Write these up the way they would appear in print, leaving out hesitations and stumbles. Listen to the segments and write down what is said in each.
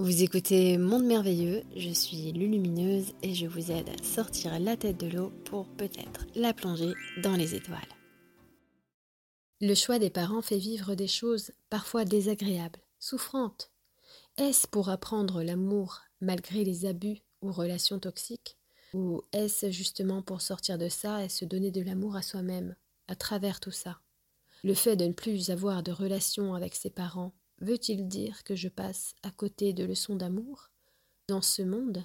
Vous écoutez Monde Merveilleux, je suis Lulumineuse et je vous aide à sortir la tête de l'eau pour peut-être la plonger dans les étoiles. Le choix des parents fait vivre des choses parfois désagréables, souffrantes. Est-ce pour apprendre l'amour malgré les abus ou relations toxiques? Ou est-ce justement pour sortir de ça et se donner de l'amour à soi-même à travers tout ça? Le fait de ne plus avoir de relation avec ses parents veut-il dire que je passe à côté de leçons d'amour dans ce monde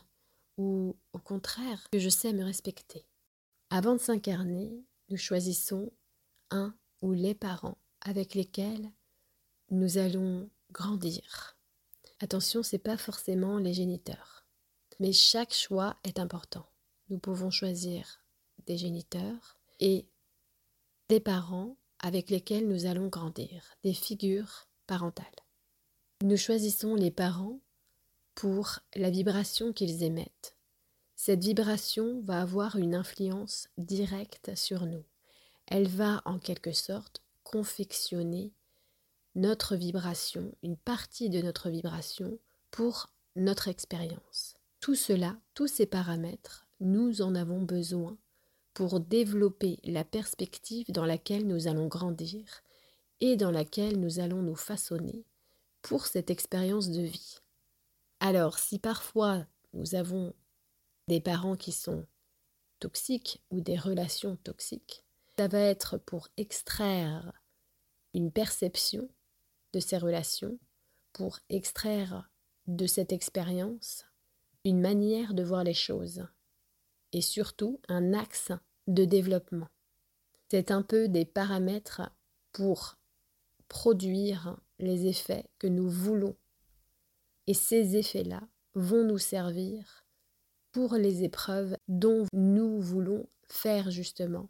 ou au contraire que je sais me respecter? Avant de s'incarner, nous choisissons un ou les parents avec lesquels nous allons grandir. Attention, ce n'est pas forcément les géniteurs, mais chaque choix est important. Nous pouvons choisir des géniteurs et des parents avec lesquels nous allons grandir, des figures parentales. Nous choisissons les parents pour la vibration qu'ils émettent. Cette vibration va avoir une influence directe sur nous. Elle va en quelque sorte confectionner notre vibration, une partie de notre vibration pour notre expérience. Tout cela, tous ces paramètres, nous en avons besoin pour développer la perspective dans laquelle nous allons grandir et dans laquelle nous allons nous façonner pour cette expérience de vie. Alors, si parfois nous avons des parents qui sont toxiques ou des relations toxiques, ça va être pour extraire une perception de ces relations, pour extraire de cette expérience une manière de voir les choses et surtout un axe de développement. C'est un peu des paramètres pour produire les effets que nous voulons. Et ces effets-là vont nous servir pour les épreuves dont nous voulons faire justement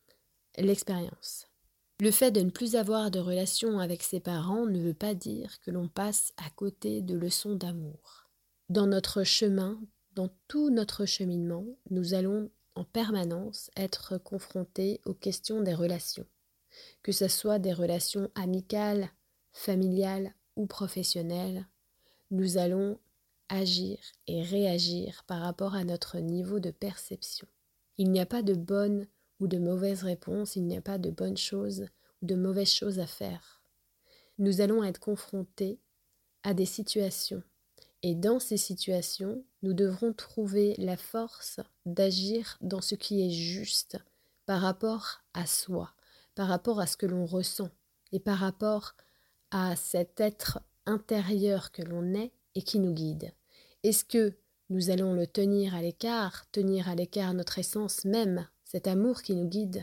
l'expérience. Le fait de ne plus avoir de relation avec ses parents ne veut pas dire que l'on passe à côté de leçons d'amour. Dans notre chemin, dans tout notre cheminement, nous allons en permanence être confrontés aux questions des relations, que ce soit des relations amicales, familiales ou professionnelles. Nous allons agir et réagir par rapport à notre niveau de perception. Il n'y a pas de bonne ou de mauvaise réponse, il n'y a pas de bonnes choses ou de mauvaises choses à faire. Nous allons être confrontés à des situations. Et dans ces situations, nous devrons trouver la force d'agir dans ce qui est juste par rapport à soi, par rapport à ce que l'on ressent et par rapport à cet être intérieur que l'on est et qui nous guide. Est-ce que nous allons le tenir à l'écart notre essence même, cet amour qui nous guide?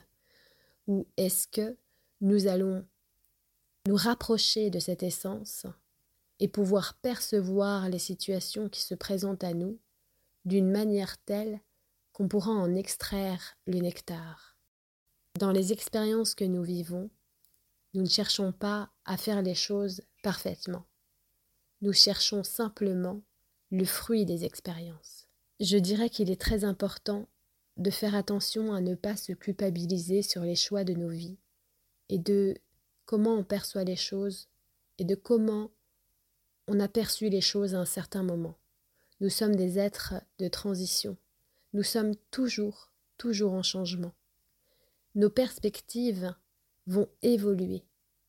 Ou est-ce que nous allons nous rapprocher de cette essence et pouvoir percevoir les situations qui se présentent à nous d'une manière telle qu'on pourra en extraire le nectar? Dans les expériences que nous vivons, nous ne cherchons pas à faire les choses parfaitement. Nous cherchons simplement le fruit des expériences. Je dirais qu'il est très important de faire attention à ne pas se culpabiliser sur les choix de nos vies et de comment on perçoit les choses et de comment on a perçu les choses à un certain moment. Nous sommes des êtres de transition. Nous sommes toujours en changement. Nos perspectives vont évoluer.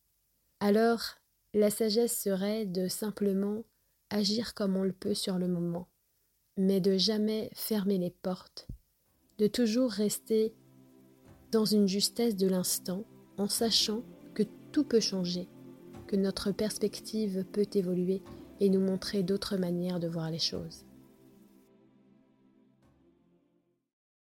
Alors, la sagesse serait de simplement agir comme on le peut sur le moment, mais de jamais fermer les portes, de toujours rester dans une justesse de l'instant, en sachant que tout peut changer, que notre perspective peut évoluer et nous montrer d'autres manières de voir les choses.